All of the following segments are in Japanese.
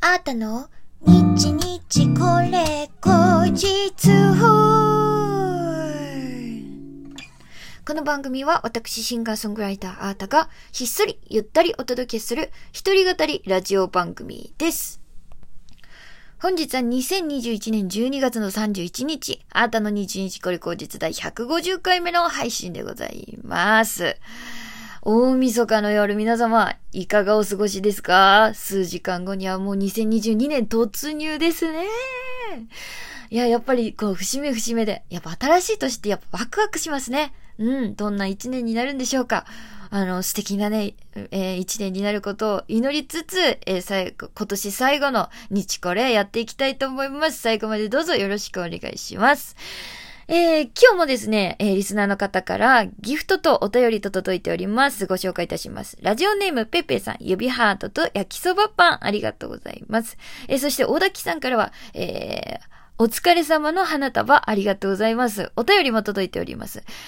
あーたの日日これ後日。この番組は私シンガーソングライターあーたがひっそりゆったりお届けする一人語りラジオ番組です。本日は2021年12月の31日、あーたの日日これ後日第150回目の配信でございます。大晦日の夜、皆様いかがお過ごしですか？数時間後にはもう2022年突入ですね。いや、やっぱりこう節目節目で、やっぱ新しい年ってやっぱワクワクしますね。どんな一年になるんでしょうか。素敵なね、一年になることを祈りつつ、今年最後の日これやっていきたいと思います。最後までどうぞよろしくお願いします。今日もですね、リスナーの方からギフトとお便りと届いております。ご紹介いたします。ラジオネームペペさん、指ハートと焼きそばパン、ありがとうございます。そして大滝さんからは、お疲れ様の花束、ありがとうございます。お便りも届いております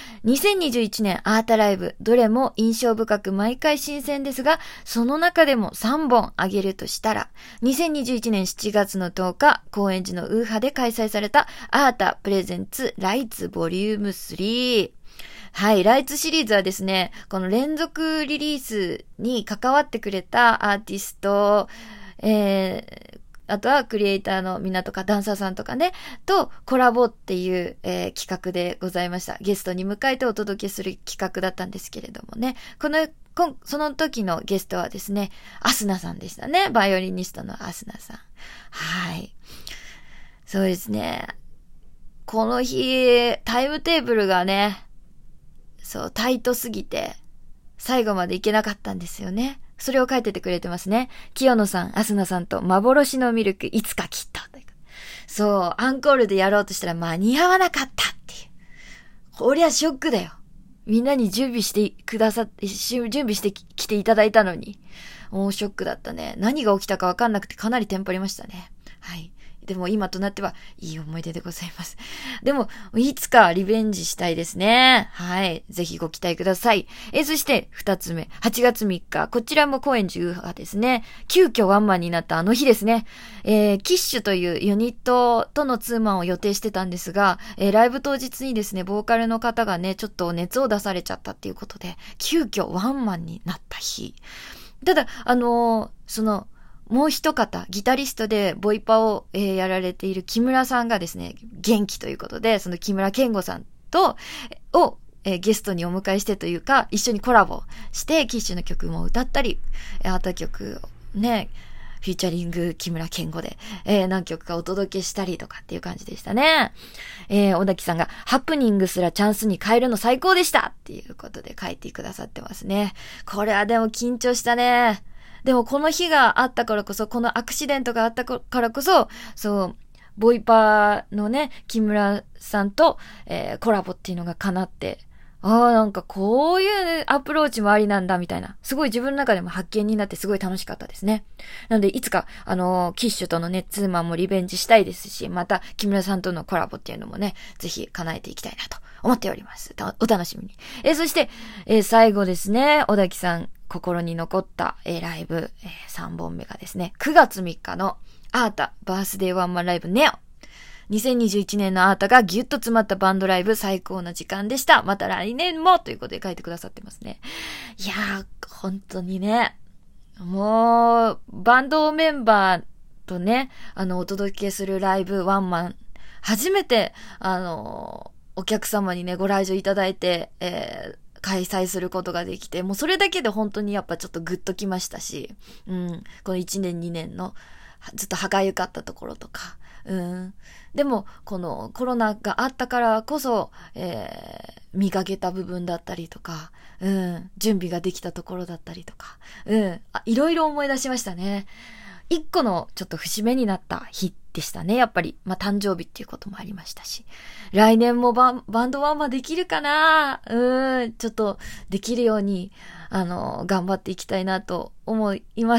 。2021年アータライブ、どれも印象深く毎回新鮮ですが、その中でも3本あげるとしたら、2021年7月の10日、高円寺のウーハで開催されたアータプレゼンツライツボリューム3。はい、ライツシリーズはですね、この連続リリースに関わってくれたアーティスト、あとはクリエイターのみんなとかダンサーさんとかね、とコラボっていう、企画でございました。ゲストに迎えてお届けする企画だったんですけれどもね。その時のゲストはですね、アスナさんでしたね。バイオリニストのアスナさん。はい。そうですね。この日、タイムテーブルがね、タイトすぎて、最後までいけなかったんですよね。それを書いててくれてますね。清野さん、アスナさんと幻のミルク、いつかきっと。そう、アンコールでやろうとしたら間に合わなかったっていう。こりゃショックだよ。みんなに準備してきていただいたのに。もうショックだったね。何が起きたかわかんなくてかなりテンパりましたね。はい。でも今となってはいい思い出でございます。でも、いつかリベンジしたいですね。はい。ぜひご期待ください。そして二つ目、8月3日。こちらも高円寺ウーハですね。急遽ワンマンになったあの日ですね。キッシュというユニットとのツーマンを予定してたんですが、ライブ当日にですね、ボーカルの方がね、ちょっと熱を出されちゃったっていうことで、急遽ワンマンになった日。ただ、もう一方、ギタリストでボイパを、やられている木村さんがですね、元気ということで、その木村健吾さんをゲストにお迎えしてというか、一緒にコラボして、キッシュの曲も歌ったり、あと曲をね、フィーチャリング木村健吾で、何曲かお届けしたりとかっていう感じでしたね。小滝さんが、ハプニングすらチャンスに変えるの最高でしたっていうことで書いてくださってますね。これはでも緊張したね。でもこの日があったからこそ、このアクシデントがあったからこそ、ボイパーのね、木村さんと、コラボっていうのが叶って、なんかこういうアプローチもありなんだみたいな、すごい自分の中でも発見になってすごい楽しかったですね。なのでいつか、キッシュとのね、ツーマンもリベンジしたいですし、また木村さんとのコラボっていうのもね、ぜひ叶えていきたいなと思っております。お楽しみに。そして、最後ですね、小滝さん、心に残った、ライブ、3本目がですね、9月3日のアータバースデーワンマンライブネオ。2021年のアータがギュッと詰まったバンドライブ最高な時間でした。また来年もということで書いてくださってますね。いやー、本当にね、もう、バンドメンバーとね、お届けするライブワンマン、初めて、お客様にね、ご来場いただいて、開催することができて、もうそれだけで本当にやっぱちょっとグッときましたし、この1年2年のずっと歯がゆかったところとか、でもこのコロナがあったからこそ、磨けた部分だったりとか、準備ができたところだったりとか、いろいろ思い出しましたね。一個のちょっと節目になった日でしたね、やっぱり。誕生日っていうこともありましたし。来年もバンドワンマンできるかな？ちょっとできるように、頑張っていきたいなと思います。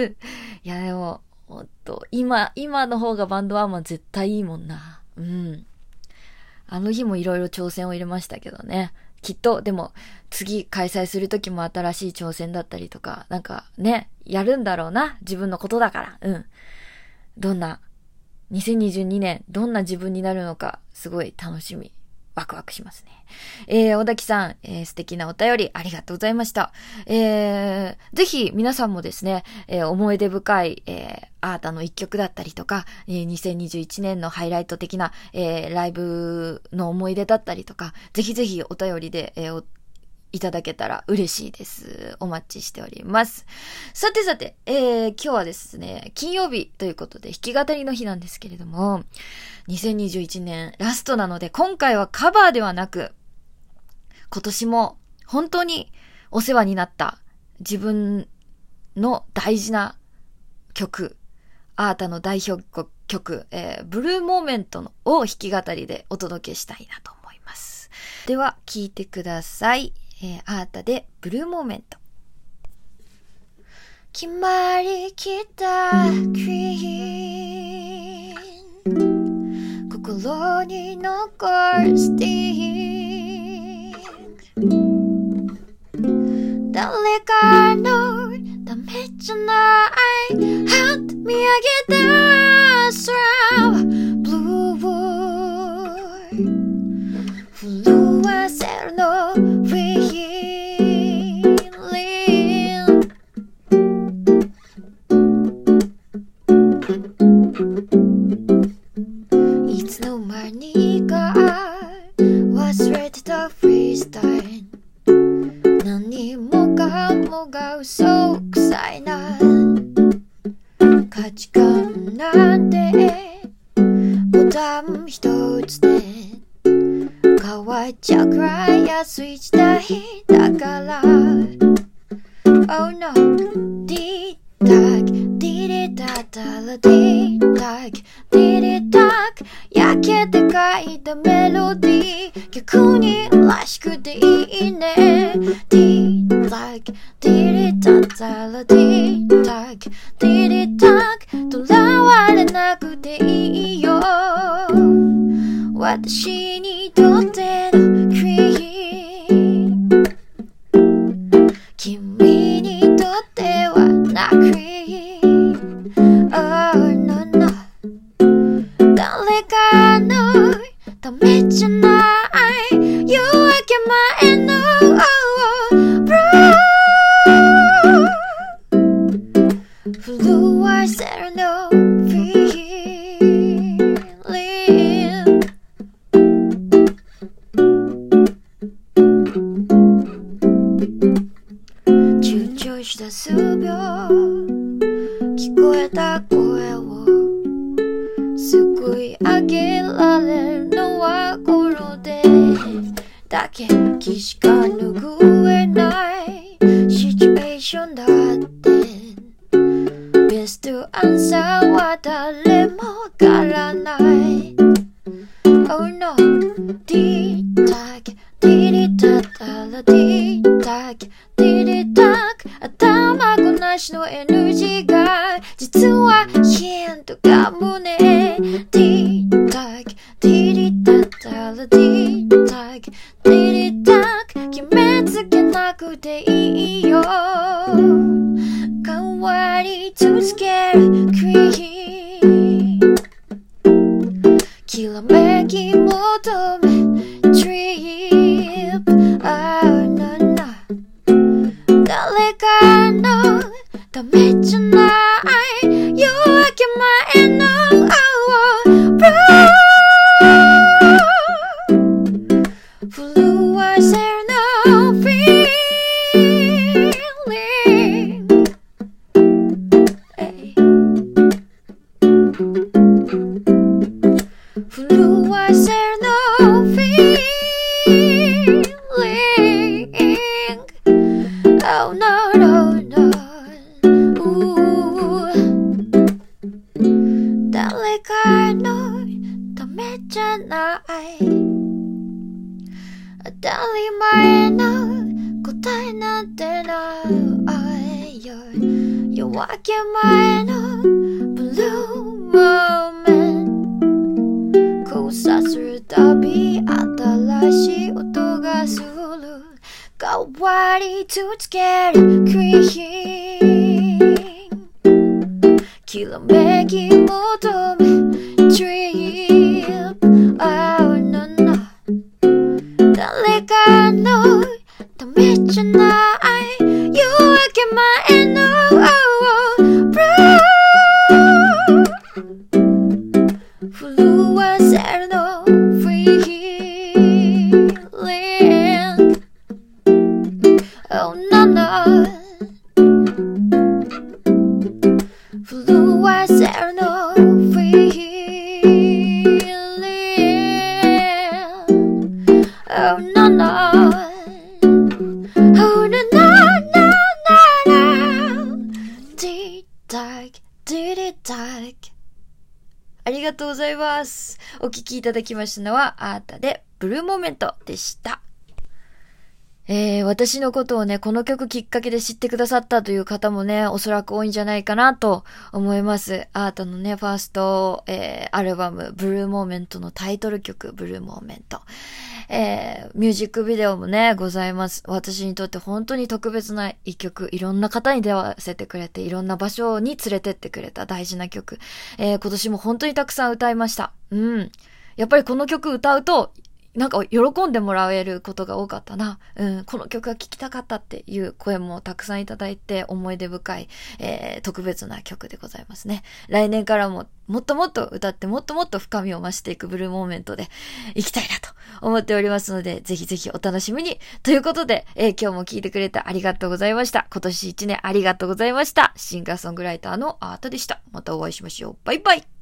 いや、でも、ほんと、今の方がバンドワンマン絶対いいもんな。あの日もいろいろ挑戦を入れましたけどね。 きっと、でも、次開催するときも新しい挑戦だったりとか、なんかね、やるんだろうな。自分のことだから。2022年、どんな自分になるのか、すごい楽しみ。ワクワクしますね。小滝さん、素敵なお便りありがとうございました。ぜひ皆さんもですね、思い出深い、アータの一曲だったりとか、2021年のハイライト的な、ライブの思い出だったりとか、ぜひぜひお便りで、いただけたら嬉しいです。お待ちしております。さて、今日はですね、金曜日ということで弾き語りの日なんですけれども、2021年ラストなので、今回はカバーではなく、今年も本当にお世話になった自分の大事な曲、アータの代表曲、ブルーモーメントを弾き語りでお届けしたいなと思います。では、聴いてください。アータでブルーモーメント。決まりきったクイーン、心に残るスティング、誰かのためじゃない、はっと見上げた空、ブルー震わせるのいつの間にか忘れてたフリースタイル、何もかもが嘘くさいな、価値観なんてボタン一つで変わっちゃうくらい安い時代だから、 Oh no、 ディタクディリタタラディタクディリタク、焼けて書いたメロディー、逆にらしくていいね。ディタクディリタタラディタクディリタク、とらわれなくていいよ、私にとってのクイーン、君にとってはなクイーン、 Oh no no、 誰かのためじゃない、夜明け前の、震わせるのした数秒、聞こえた声をすくい上げられるのはこの手だけきしか拭えないシチュエーションだって、ベストアンサーは誰もわからない。 Oh no、 ティータクティリタタラティータクティリタク、頭ごなしの NG が実はヒントかもね。ティータクティリタタラティータクティリタク、決めつけなくていいよ、変わり続けるクイーン、きらめき求めトリップ、 Oh no no、 誰かのためじゃない、夜明け前の、震わせるのフィーリング、震わせるのフィーリング、 Oh no no no、 誰かのためじゃない、当たり前の答えなんてないよ、夜明け前のブルーモーメント、交差するたび新しい音がする nobody to get green きらめき求め Dream Oh no no 誰かのためじゃない You are my no Blue 震わせるの Feeling Oh no no 震わせるの Feeling Oh no no Oh no no no no Tick-tack Tick-tack ありがとうございます。お聞きいただきましたのはあーたでブルーモーメントでした。私のことをね、この曲きっかけで知ってくださったという方もね、おそらく多いんじゃないかなと思います。アータのね、ファースト、アルバム、ブルーモーメントのタイトル曲、ブルーモーメント。ミュージックビデオもね、ございます。私にとって本当に特別な一曲、いろんな方に出会わせてくれて、いろんな場所に連れてってくれた大事な曲。今年も本当にたくさん歌いました。やっぱりこの曲歌うと、なんか喜んでもらえることが多かったな。この曲が聴きたかったっていう声もたくさんいただいて思い出深い、特別な曲でございますね。来年からももっともっと歌ってもっともっと深みを増していくブルーモーメントで行きたいなと思っておりますので、ぜひぜひお楽しみに。ということで、今日も聴いてくれてありがとうございました。今年1年ありがとうございました。シンガーソングライターのアートでした。またお会いしましょう。バイバイ。